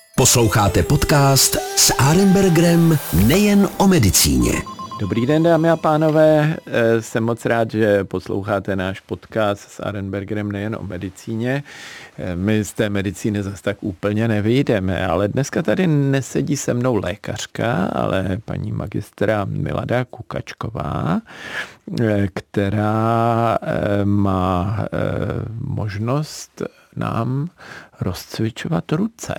Posloucháte podcast s Arenbergerem nejen o medicíně. Dobrý den, dámy a pánové, jsem moc rád, že posloucháte náš podcast s Arenbergerem nejen o medicíně. My z té medicíny zase tak úplně nevyjdeme, ale dneska tady nesedí se mnou lékařka, ale paní magistra Milada Kukačková, která má možnost nám rozcvičovat ruce.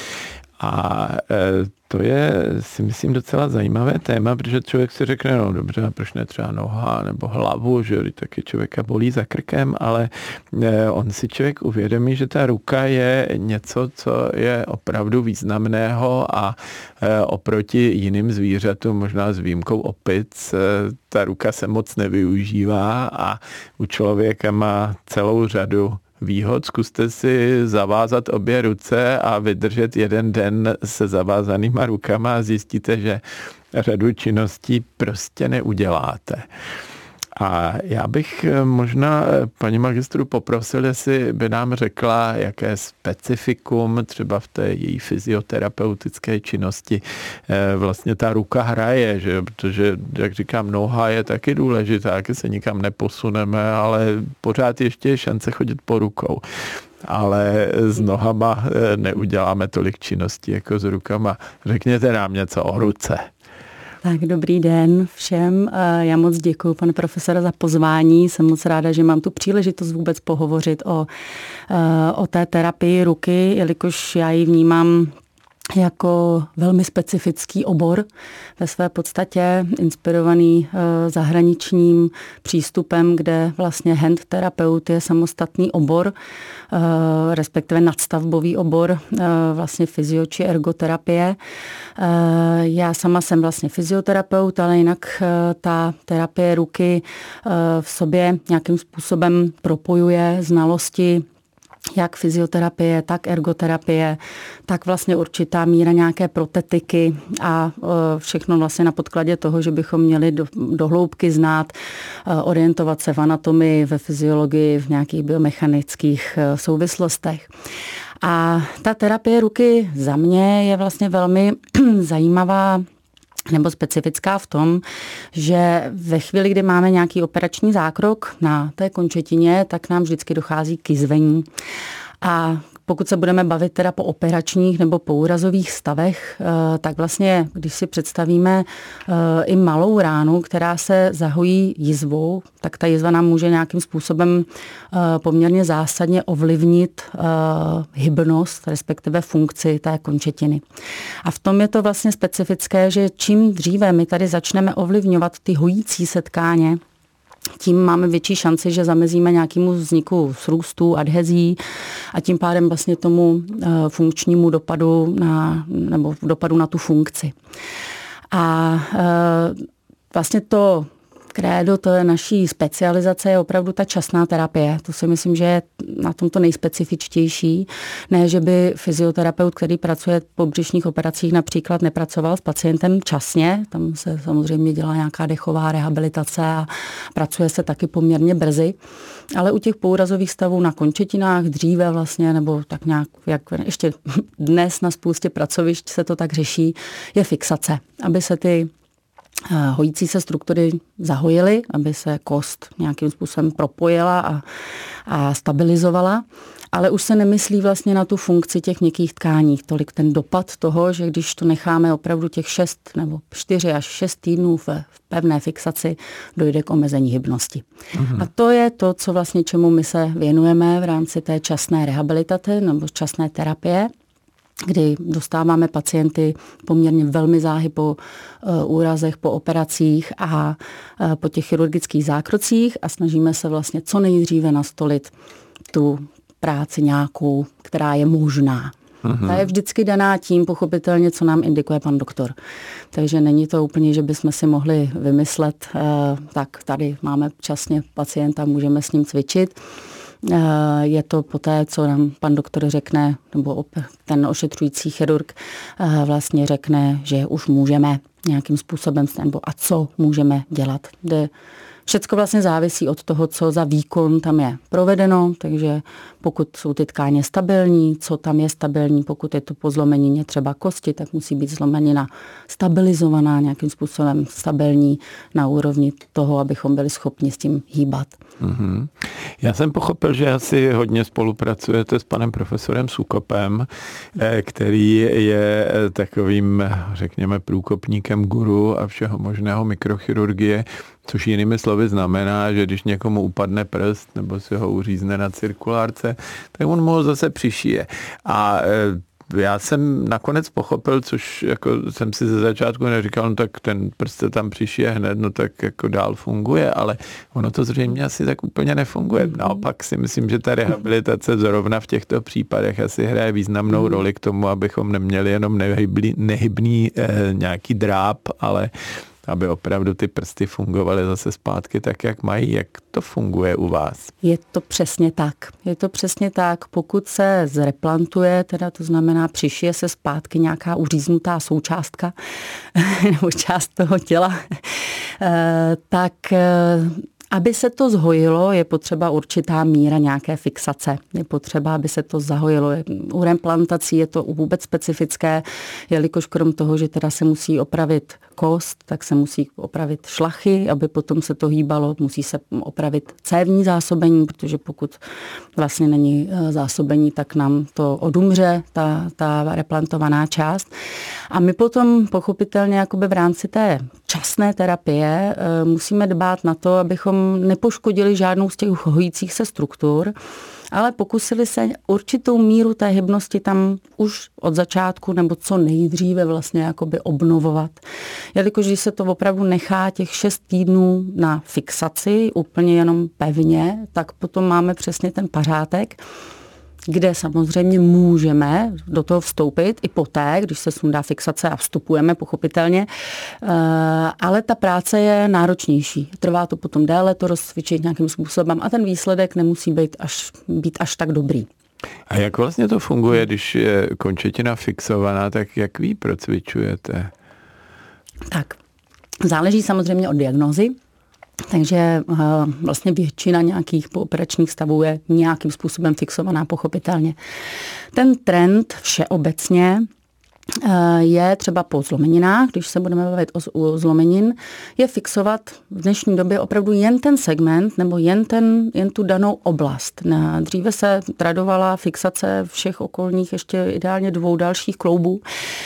A to je, si myslím, docela zajímavé téma, protože člověk si řekne, no dobře, a proč ne třeba noha nebo hlavu, že taky člověka bolí za krkem, ale on si člověk uvědomí, že ta ruka je něco, co je opravdu významného a oproti jiným zvířatům, možná s výjimkou opic, ta ruka se moc nevyužívá a u člověka má celou řadu výhod. Zkuste si zavázat obě ruce a vydržet jeden den se zavázanýma rukama a zjistíte, že řadu činností prostě neuděláte. A já bych možná paní magistru poprosil, jestli by nám řekla, jaké specifikum třeba v té její fyzioterapeutické činnosti vlastně ta ruka hraje, že? Protože, jak říkám, noha je taky důležitá, taky se nikam neposuneme, ale pořád ještě je šance chodit po rukou. Ale s nohama neuděláme tolik činností jako s rukama. Řekněte nám něco o ruce. Tak dobrý den všem. Já moc děkuji, pane profesore, za pozvání. Jsem moc ráda, že mám tu příležitost vůbec pohovořit o té terapii ruky, jelikož já ji vnímám jako velmi specifický obor, ve své podstatě inspirovaný zahraničním přístupem, kde vlastně hand terapeut je samostatný obor, respektive nadstavbový obor vlastně fyzio či ergoterapie. Já sama jsem vlastně fyzioterapeut, ale jinak ta terapie ruky v sobě nějakým způsobem propojuje znalosti jak fyzioterapie, tak ergoterapie, tak vlastně určitá míra nějaké protetiky a všechno vlastně na podkladě toho, že bychom měli do hloubky znát, orientovat se v anatomii, ve fyziologii, v nějakých biomechanických souvislostech. A ta terapie ruky za mě je vlastně velmi zajímavá nebo specifická v tom, že ve chvíli, kdy máme nějaký operační zákrok na té končetině, tak nám vždycky dochází k jizvení. A pokud se budeme bavit teda po operačních nebo po úrazových stavech, tak vlastně, když si představíme i malou ránu, která se zahojí jizvou, tak ta jizva nám může nějakým způsobem poměrně zásadně ovlivnit hybnost, respektive funkci té končetiny. A v tom je to vlastně specifické, že čím dříve my tady začneme ovlivňovat ty hojící se tkáně, tím máme větší šanci, že zamezíme nějakému vzniku srůstů, adhezí a tím pádem vlastně tomu funkčnímu dopadu nebo dopadu na tu funkci. A vlastně to krédo, to je naší specializace, je opravdu ta časná terapie. To si myslím, že je na tomto nejspecifičtější. Ne, že by fyzioterapeut, který pracuje po břišních operacích například, nepracoval s pacientem časně. Tam se samozřejmě dělá nějaká dechová rehabilitace a pracuje se taky poměrně brzy. Ale u těch pourazových stavů na končetinách dříve vlastně, nebo tak nějak, jak ještě dnes na spoustě pracovišť se to tak řeší, je fixace, aby se ty hojící se struktury zahojily, aby se kost nějakým způsobem propojila a stabilizovala, ale už se nemyslí vlastně na tu funkci těch měkkých tkání. Tolik ten dopad toho, že když to necháme opravdu těch 6 nebo 4 až 6 týdnů v pevné fixaci, dojde k omezení hybnosti. A to je to, co vlastně čemu my se věnujeme v rámci té časné rehabilitace nebo časné terapie, kdy dostáváme pacienty poměrně velmi záhy po úrazech, po operacích a po těch chirurgických zákrocích a snažíme se vlastně co nejdříve nastolit tu práci nějakou, která je možná. Ta je vždycky daná tím, pochopitelně, co nám indikuje pan doktor. Takže není to úplně, že bychom si mohli vymyslet, tak tady máme časně pacienta, můžeme s ním cvičit. Je to poté, co nám pan doktor řekne, nebo ten ošetřující chirurg vlastně řekne, že už můžeme nějakým způsobem, nebo a co můžeme dělat. Všecko vlastně závisí od toho, co za výkon tam je provedeno, takže pokud jsou ty tkáně stabilní, co tam je stabilní, pokud je to po zlomenině třeba kosti, tak musí být zlomenina stabilizovaná, nějakým způsobem stabilní na úrovni toho, abychom byli schopni s tím hýbat. Mm-hmm. Já jsem pochopil, že asi hodně spolupracujete s panem profesorem Sukopem, který je takovým, řekněme, průkopníkem guru a všeho možného mikrochirurgie, což jinými slovy znamená, že když někomu upadne prst nebo si ho uřízne na cirkulárce, tak on mu ho zase přišije. A já jsem nakonec pochopil, což jako jsem si ze začátku neříkal, no tak ten prst se tam přišije hned, no tak jako dál funguje, ale ono to zřejmě asi tak úplně nefunguje. Naopak si myslím, že ta rehabilitace zrovna v těchto případech asi hraje významnou roli k tomu, abychom neměli jenom nehybný nějaký dráp, ale aby opravdu ty prsty fungovaly zase zpátky tak, jak mají. Jak to funguje u vás? Je to přesně tak. Je to přesně tak. Pokud se zreplantuje, teda to znamená přišije se zpátky nějaká uříznutá součástka nebo část toho těla, tak aby se to zhojilo, je potřeba určitá míra nějaké fixace. Je potřeba, aby se to zahojilo. U replantací je to vůbec specifické, jelikož krom toho, že teda se musí opravit kost, tak se musí opravit šlachy, aby potom se to hýbalo. Musí se opravit cévní zásobení, protože pokud vlastně není zásobení, tak nám to odumře, ta replantovaná část. A my potom pochopitelně jakoby v rámci té časné terapie musíme dbát na to, abychom nepoškodili žádnou z těch hojících se struktur, ale pokusili se určitou míru té hybnosti tam už od začátku nebo co nejdříve vlastně jakoby obnovovat. Jelikož když se to opravdu nechá těch 6 týdnů na fixaci úplně jenom pevně, tak potom máme přesně ten pařátek, kde samozřejmě můžeme do toho vstoupit i poté, když se sundá fixace a vstupujeme pochopitelně, ale ta práce je náročnější. Trvá to potom déle, to rozcvičit nějakým způsobem a ten výsledek nemusí být až tak dobrý. A jak vlastně to funguje, když je končetina fixovaná, tak jak vy procvičujete? Tak, záleží samozřejmě od diagnózy. Takže vlastně většina nějakých pooperačních stavů je nějakým způsobem fixovaná pochopitelně. Ten trend všeobecně je třeba po zlomeninách, když se budeme bavit o zlomenin, je fixovat v dnešní době opravdu jen ten segment nebo jen tu danou oblast. Dříve se tradovala fixace všech okolních ještě ideálně 2 dalších kloubů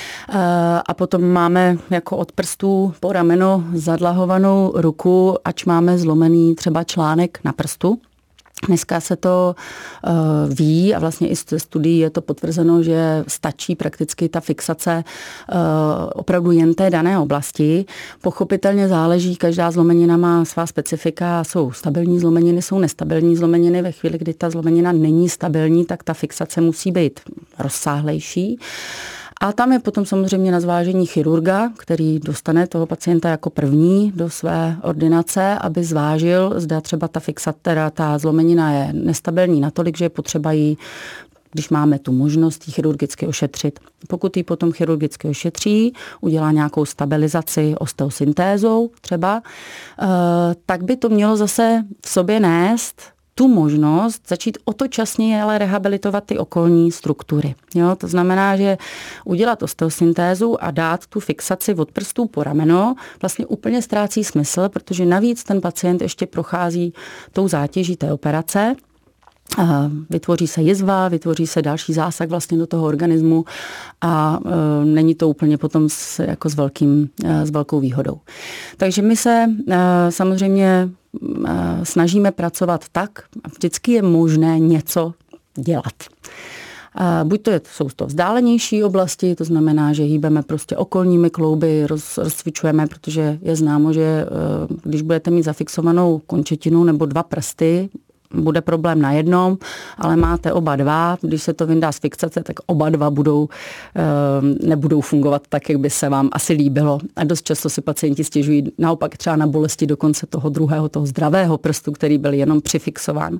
a potom máme jako od prstů po rameno zadlahovanou ruku, ač máme zlomený třeba článek na prstu. Dneska se to ví a vlastně i z studií je to potvrzeno, že stačí prakticky ta fixace opravdu jen té dané oblasti. Pochopitelně záleží, každá zlomenina má svá specifika, jsou stabilní zlomeniny, jsou nestabilní zlomeniny. Ve chvíli, kdy ta zlomenina není stabilní, tak ta fixace musí být rozsáhlejší. A tam je potom samozřejmě na zvážení chirurga, který dostane toho pacienta jako první do své ordinace, aby zvážil, zda třeba ta fixace, ta zlomenina je nestabilní natolik, že je potřeba jí, když máme tu možnost, ji chirurgicky ošetřit. Pokud ji potom chirurgicky ošetří, udělá nějakou stabilizaci osteosyntézou třeba, tak by to mělo zase v sobě nést tu možnost začít o to časněji ale rehabilitovat ty okolní struktury. Jo, to znamená, že udělat osteosyntézu a dát tu fixaci od prstů po rameno vlastně úplně ztrácí smysl, protože navíc ten pacient ještě prochází tou zátěží té operace. Vytvoří se jizva, vytvoří se další zásah vlastně do toho organismu a není to úplně potom s velkou výhodou. Takže my se samozřejmě snažíme pracovat tak, vždycky je možné něco dělat. Buď jsou to vzdálenější oblasti, to znamená, že hýbeme prostě okolními klouby, rozcvičujeme, protože je známo, že když budete mít zafixovanou končetinu nebo 2 prsty, bude problém na jednom, ale máte oba 2, když se to vyndá z fixace, tak oba 2 nebudou fungovat tak, jak by se vám asi líbilo. A dost často si pacienti stěžují naopak třeba na bolesti dokonce toho druhého, toho zdravého prstu, který byl jenom přifixován.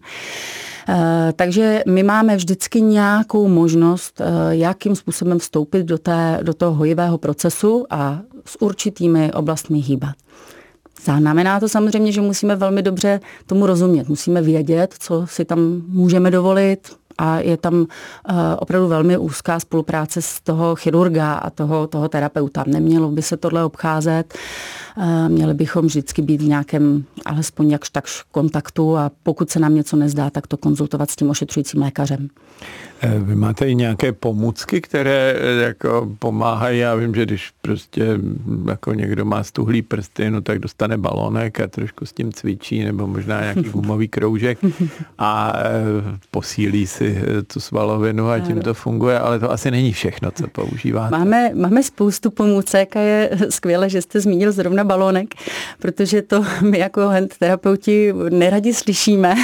Takže my máme vždycky nějakou možnost, jakým způsobem vstoupit do toho hojivého procesu a s určitými oblastmi hýbat. Znamená to samozřejmě, že musíme velmi dobře tomu rozumět. Musíme vědět, co si tam můžeme dovolit, a je tam opravdu velmi úzká spolupráce z toho chirurga a toho terapeuta. Nemělo by se tohle obcházet, měli bychom vždycky být v nějakém alespoň jakž takž kontaktu a pokud se nám něco nezdá, tak to konzultovat s tím ošetřujícím lékařem. Vy máte i nějaké pomůcky, které jako pomáhají? Já vím, že když prostě jako někdo má stuhlý prsty, no tak dostane balónek a trošku s tím cvičí, nebo možná nějaký gumový kroužek a posílí si tu svalovinu a tím to funguje, ale to asi není všechno, co používáte. Máme spoustu pomůcek a je skvěle, že jste zmínil zrovna balónek, protože to my jako handterapeuti neradi slyšíme,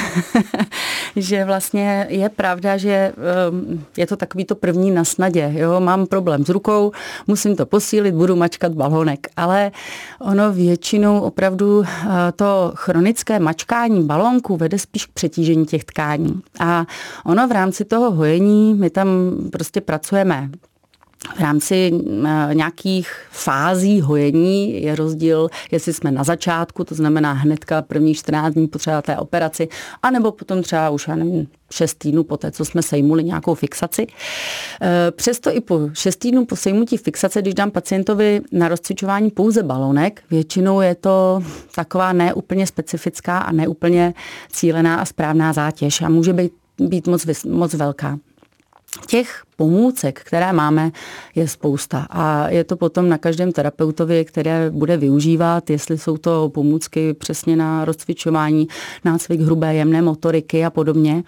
že vlastně je pravda, že je to takový to první na snadě. Jo? Mám problém s rukou, musím to posílit, budu mačkat balónek. Ale ono většinou opravdu to chronické mačkání balónku vede spíš k přetížení těch tkání. A ono v rámci toho hojení, my tam prostě pracujeme v rámci nějakých fází hojení. Je rozdíl, jestli jsme na začátku, to znamená hnedka první 14 dní po třeba té operaci, anebo potom třeba už, já nevím, 6 týdnů po té, co jsme sejmuli nějakou fixaci. Přesto i po 6 týdnů po sejmutí fixace, když dám pacientovi na rozcvičování pouze balónek, většinou je to taková neúplně specifická a neúplně cílená a správná zátěž a může být moc velká. Těch pomůcek, které máme, je spousta a je to potom na každém terapeutovi, které bude využívat, jestli jsou to pomůcky přesně na rozcvičování, nácvik hrubé jemné motoriky a podobně.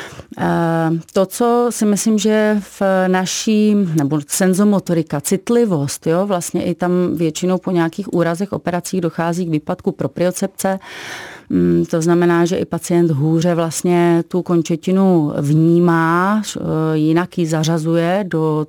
To, co si myslím, že v naší, nebo senzomotorika, citlivost, jo, vlastně i tam většinou po nějakých úrazech operacích dochází k výpadku propriocepce. To znamená, že i pacient hůře vlastně tu končetinu vnímá, jinak ji zařazuje do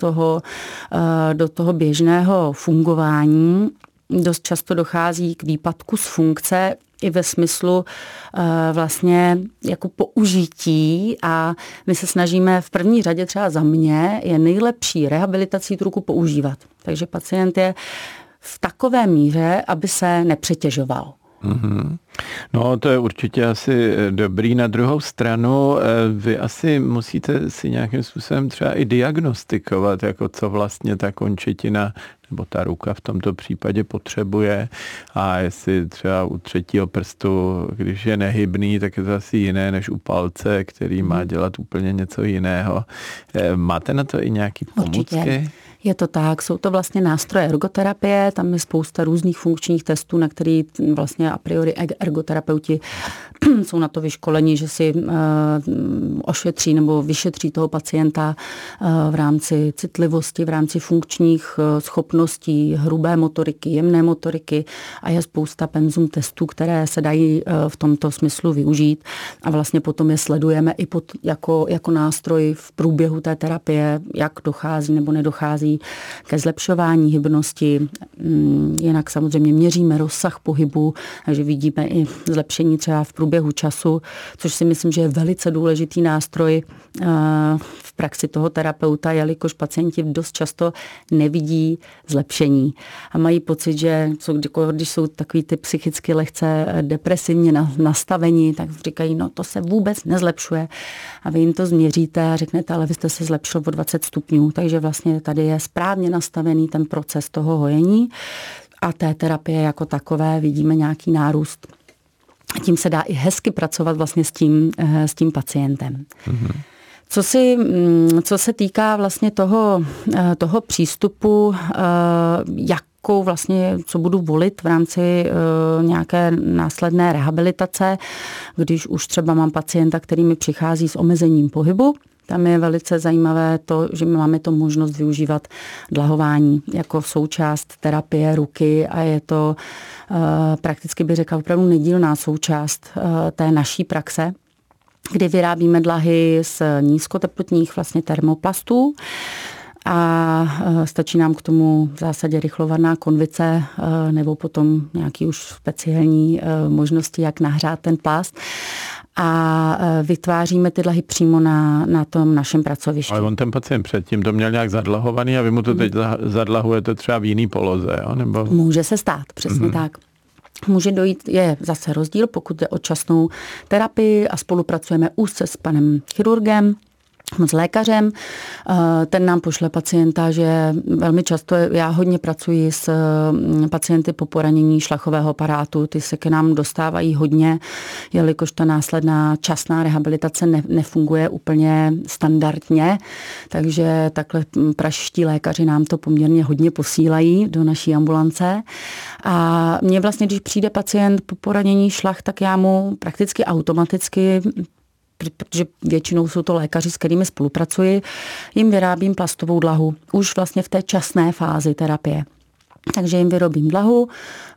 toho běžného fungování. Dost často dochází k výpadku z funkce i ve smyslu vlastně jako použití a my se snažíme v první řadě třeba za mě je nejlepší rehabilitací tu ruku používat. Takže pacient je v takové míře, aby se nepřetěžoval. Mm-hmm. No, to je určitě asi dobrý. Na druhou stranu, vy asi musíte si nějakým způsobem třeba i diagnostikovat, jako co vlastně ta končetina nebo ta ruka v tomto případě potřebuje a jestli třeba u třetího prstu, když je nehybný, tak je to asi jiné než u palce, který má dělat úplně něco jiného. Máte na to i nějaký pomůcky? Určitě. Je to tak, jsou to vlastně nástroje ergoterapie, tam je spousta různých funkčních testů, na který vlastně a priori ergoterapeuti jsou na to vyškoleni, že si ošetří nebo vyšetří toho pacienta v rámci citlivosti, v rámci funkčních schopností, hrubé motoriky, jemné motoriky a je spousta penzum testů, které se dají v tomto smyslu využít a vlastně potom je sledujeme i jako nástroj v průběhu té terapie, jak dochází nebo nedochází ke zlepšování hybnosti. Jinak samozřejmě měříme rozsah pohybu, takže vidíme i zlepšení třeba v průběhu času, což si myslím, že je velice důležitý nástroj v praxi toho terapeuta, jelikož pacienti dost často nevidí zlepšení a mají pocit, že když jsou takový ty psychicky lehce depresivně nastavení, tak říkají, no to se vůbec nezlepšuje a vy jim to změříte a řeknete, ale vy jste se zlepšil o 20 stupňů, takže vlastně tady je správně nastavený ten proces toho hojení a té terapie jako takové vidíme nějaký nárůst. A tím se dá i hezky pracovat vlastně s tím pacientem. Mm-hmm. Co se týká vlastně toho přístupu, jakou vlastně, co budu volit v rámci nějaké následné rehabilitace, když už třeba mám pacienta, který mi přichází s omezením pohybu, tam je velice zajímavé to, že my máme to možnost využívat dlahování jako součást terapie ruky a je to prakticky bych řekla opravdu nedílná součást té naší praxe, kdy vyrábíme dlahy z nízkoteplotních vlastně termoplastů a stačí nám k tomu v zásadě rychlovarná konvice nebo potom nějaký už speciální možnosti, jak nahřát ten plast. A vytváříme ty dlahy přímo na tom našem pracovišti. Ale on ten pacient předtím to měl nějak zadlahovaný a vy mu to teď zadlahujete třeba v jiný poloze, jo? Nebo... Může se stát, přesně tak. Může dojít, je zase rozdíl, pokud jde o časnou terapii a spolupracujeme úzce s panem chirurgem, s lékařem, ten nám pošle pacienta, že velmi často já hodně pracuji s pacienty po poranění šlachového aparátu, ty se k nám dostávají hodně, jelikož ta následná časná rehabilitace nefunguje úplně standardně, takže takhle pražští lékaři nám to poměrně hodně posílají do naší ambulance. A mně vlastně, když přijde pacient po poranění šlach, tak já mu prakticky automaticky, protože většinou jsou to lékaři, s kterými spolupracuji, jim vyrábím plastovou dlahu. Už vlastně v té časné fázi terapie. Takže jim vyrobím dlahu,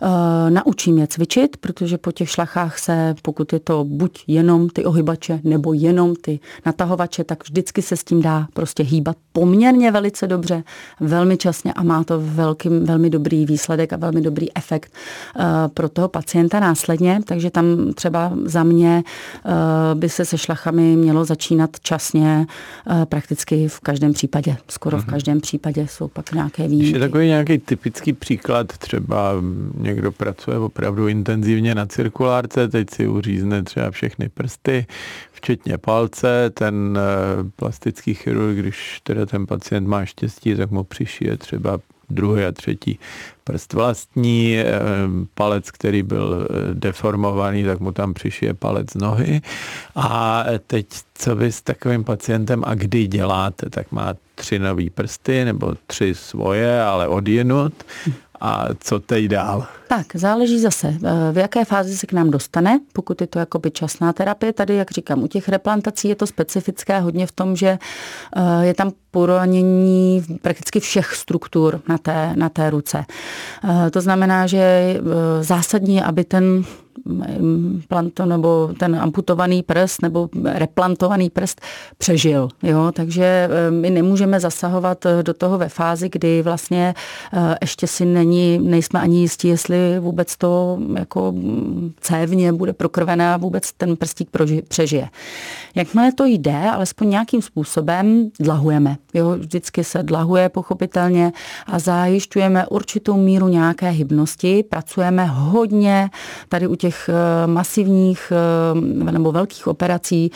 naučím je cvičit, protože po těch šlachách se, pokud je to buď jenom ty ohybače nebo jenom ty natahovače, tak vždycky se s tím dá prostě hýbat poměrně velice dobře, velmi časně a má to velmi dobrý výsledek a velmi dobrý efekt pro toho pacienta následně. Takže tam třeba za mě by se šlachami mělo začínat časně prakticky v každém případě. Skoro v každém případě jsou pak nějaké výjimky. Je takový nějaký typický příklad, třeba někdo pracuje opravdu intenzivně na cirkulárce, teď si uřízne třeba všechny prsty, včetně palce, ten plastický chirurg, když teda ten pacient má štěstí, tak mu přišije třeba druhý a třetí prst vlastní, palec, který byl deformovaný, tak mu tam přišije palec nohy. A teď, co vy s takovým pacientem a kdy děláte, tak má 3 nový prsty nebo 3 svoje, ale odjinut. A co teď dál? Tak, záleží zase, v jaké fázi se k nám dostane, pokud je to jakoby časná terapie. Tady, jak říkám, u těch replantací je to specifické hodně v tom, že je tam poranění prakticky všech struktur na té ruce. To znamená, že zásadní, aby ten implanto nebo ten amputovaný prst nebo replantovaný prst přežil. Jo? Takže my nemůžeme zasahovat do toho ve fázi, kdy vlastně ještě si nejsme ani jistí, jestli vůbec to jako cévně bude prokrvené a vůbec ten prstík přežije. Jakmile to jde, alespoň nějakým způsobem dlahujeme. Jo? Vždycky se dlahuje pochopitelně a zajišťujeme určitou míru nějaké hybnosti. Pracujeme hodně tady u těch masivních nebo velkých operací,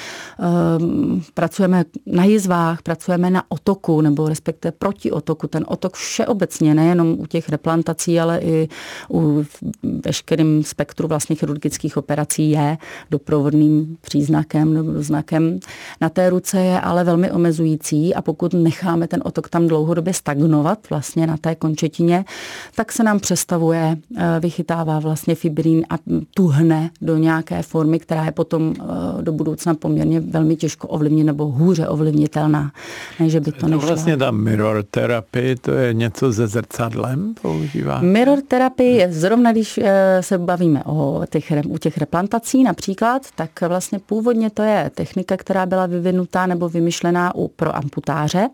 pracujeme na jizvách, pracujeme na otoku nebo respektive proti otoku. Ten otok všeobecně, nejenom u těch replantací, ale i u veškerým spektru vlastně chirurgických operací je doprovodným příznakem nebo znakem na té ruce, je ale velmi omezující a pokud necháme ten otok tam dlouhodobě stagnovat vlastně na té končetině, tak se nám přestavuje, vychytává vlastně fibrín a tuhne do nějaké formy, která je potom do budoucna poměrně velmi těžko ovlivnit nebo hůře ovlivnitelná. Ne, že by to nešlo. Vlastně ta mirror terapie, to je něco se zrcadlem používá? Mirror terapie je zrovna, když se bavíme u těch replantací například, tak vlastně původně to je technika, která byla vyvinutá nebo vymyšlená pro amputáře,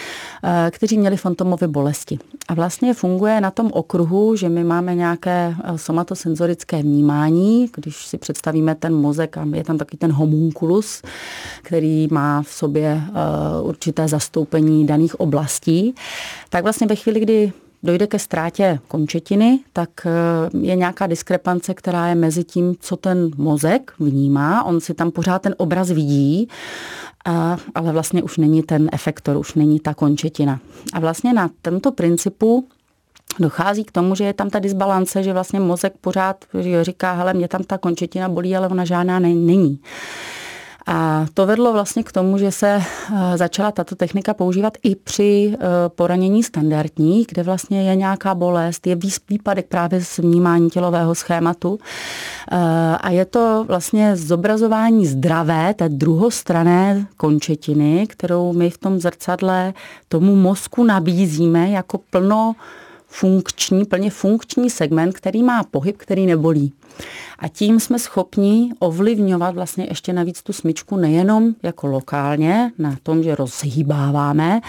kteří měli fantomové bolesti. A vlastně funguje na tom okruhu, že my máme nějaké somatosenzorické vnímání, když si představíme ten mozek a je tam takový ten homunculus, který má v sobě určité zastoupení daných oblastí, tak vlastně ve chvíli, kdy dojde ke ztrátě končetiny, tak je nějaká diskrepance, která je mezi tím, co ten mozek vnímá. On si tam pořád ten obraz vidí, ale vlastně už není ten efektor, už není ta končetina. A vlastně na tento principu dochází k tomu, že je tam ta disbalance, že vlastně mozek pořád říká, hele, mě tam ta končetina bolí, ale ona žádná není. A to vedlo vlastně k tomu, že se začala tato technika používat i při poranění standardních, kde vlastně je nějaká bolest, je výpadek právě z vnímání tělového schématu. A je to vlastně zobrazování zdravé, té druhostranné končetiny, kterou my v tom zrcadle tomu mozku nabízíme jako plně funkční segment, který má pohyb, který nebolí. A tím jsme schopni ovlivňovat vlastně ještě navíc tu smyčku nejenom jako lokálně na tom, že rozhýbáváme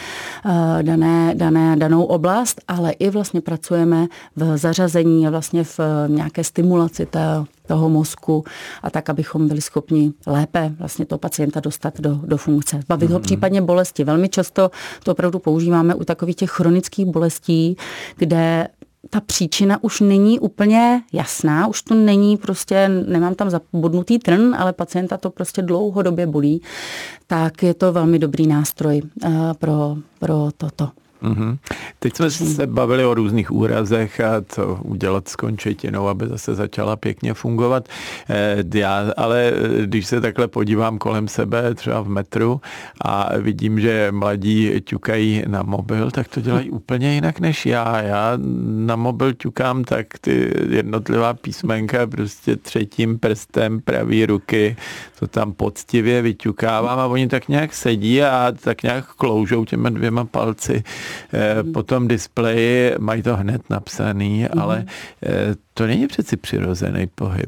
danou oblast, ale i vlastně pracujeme v zařazení a vlastně v nějaké stimulaci toho mozku a tak, abychom byli schopni lépe vlastně toho pacienta dostat do funkce. Bavit ho případně bolesti. Velmi často to opravdu používáme u takových těch chronických bolestí, kde ta příčina už není úplně jasná, už to není prostě, nemám tam zabodnutý trn, ale pacienta to prostě dlouhodobě bolí, tak je to velmi dobrý nástroj pro toto. Mm-hmm. Teď jsme se bavili o různých úrazech a co udělat s končetinou, aby zase začala pěkně fungovat. Ale když se takhle podívám kolem sebe, třeba v metru a vidím, že mladí ťukají na mobil, tak to dělají úplně jinak než já. Já na mobil ťukám tak ty jednotlivá písmenka prostě třetím prstem pravý ruky, to tam poctivě vyťukávám a oni tak nějak sedí a tak nějak kloužou těma 2 palci po tom displeji, mají to hned napsaný, ale to není přeci přirozený pohyb.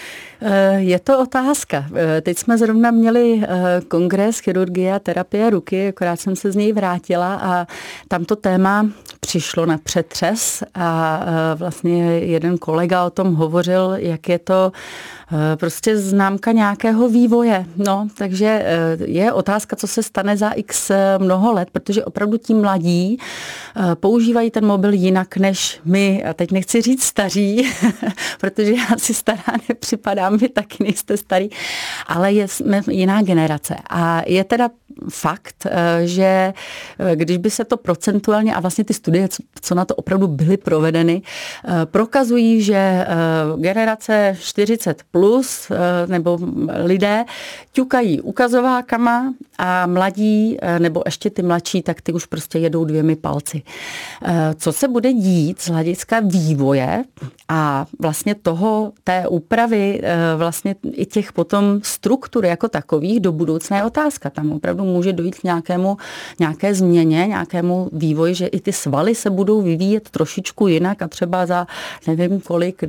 Je to otázka. Teď jsme zrovna měli kongres chirurgie a terapie ruky, akorát jsem se z něj vrátila a tam to téma přišlo na přetřes a vlastně jeden kolega o tom hovořil, jak je to prostě známka nějakého vývoje. No, takže je otázka, co se stane za x mnoho let, protože opravdu ti mladí používají ten mobil jinak než my. A teď nechci říct staří, protože já si stará nepřipadám, vy taky nejste starý, ale jsme jiná generace. A je teda fakt, že když by se to procentuálně, a vlastně ty studie, co na to opravdu byly provedeny, prokazují, že generace 40 plus nebo lidé ťukají ukazovákama a mladí, nebo ještě ty mladší, tak ty už prostě jedou 2 palci. Co se bude dít z hlediska vývoje a vlastně té úpravy vlastně i těch potom struktur jako takových do budoucna je otázka. Tam opravdu může dojít k nějaké změně, nějakému vývoji, že i ty svaly se budou vyvíjet trošičku jinak a třeba za nevím kolik,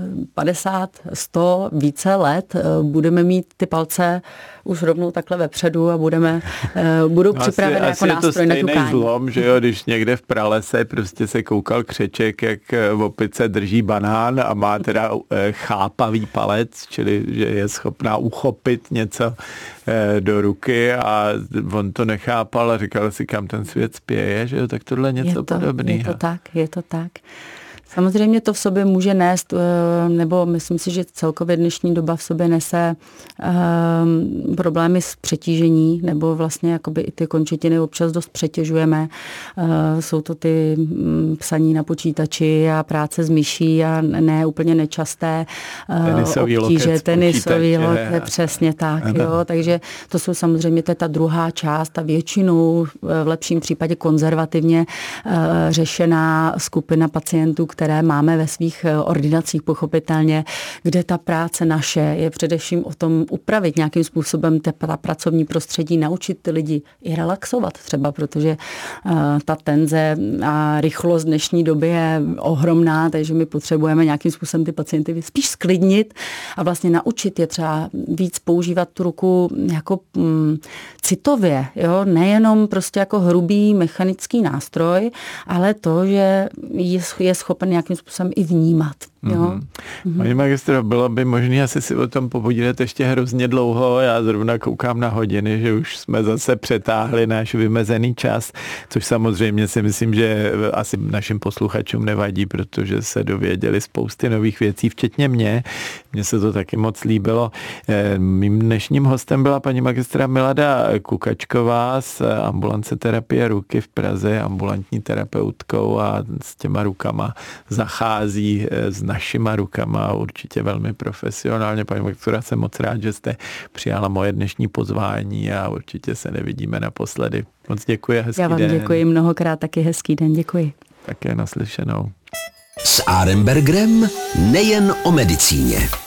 50, 100, více let budeme mít ty palce už rovnou takhle vepředu a budou připravené jako nástroj na ťukání. Asi je to stejný zlom, že jo, když někde v pralese prostě se koukal křeček, jak v opice drží banán a má teda chápavý palec, čili že je schopná uchopit něco do ruky a on to nechápal a říkal si, kam ten svět spěje, že jo, tak tohle je něco podobného. Je to tak. Samozřejmě to v sobě může nést, nebo myslím si, že celkově dnešní doba v sobě nese problémy s přetížení, nebo vlastně jakoby i ty končetiny občas dost přetěžujeme. Jsou to ty psaní na počítači a práce s myší a ne úplně nečasté obtíže. Tenisový loket, přesně tak. Jo. Takže to jsou samozřejmě ta druhá část a většinou v lepším případě konzervativně řešená skupina pacientů, které máme ve svých ordinacích pochopitelně, kde ta práce naše je především o tom upravit nějakým způsobem ta pracovní prostředí, naučit ty lidi i relaxovat třeba, protože ta tenze a rychlost dnešní doby je ohromná, takže my potřebujeme nějakým způsobem ty pacienty spíš sklidnit a vlastně naučit je třeba víc používat tu ruku jako citově, jo? Nejenom prostě jako hrubý mechanický nástroj, ale to, že je schopen nějakým způsobem i vnímat. Jo? Paní magistro, bylo by možné asi si o tom popovídat ještě hrozně dlouho. Já zrovna koukám na hodiny, že už jsme zase přetáhli náš vymezený čas, což samozřejmě si myslím, že asi našim posluchačům nevadí, protože se dověděli spousty nových věcí, včetně mě. Mně se to taky moc líbilo. Mým dnešním hostem byla paní magistra Milada Kukačková z ambulance terapie ruky v Praze, ambulantní terapeutkou a s těma rukama zachází s našima rukama určitě velmi profesionálně. Paní magistra, jsem moc rád, že jste přijala moje dnešní pozvání a určitě se nevidíme naposledy. Moc děkuji, hezký den. Já vám děkuji mnohokrát, taky hezký den, děkuji. Také naslyšenou. S Arenbergerem nejen o medicíně.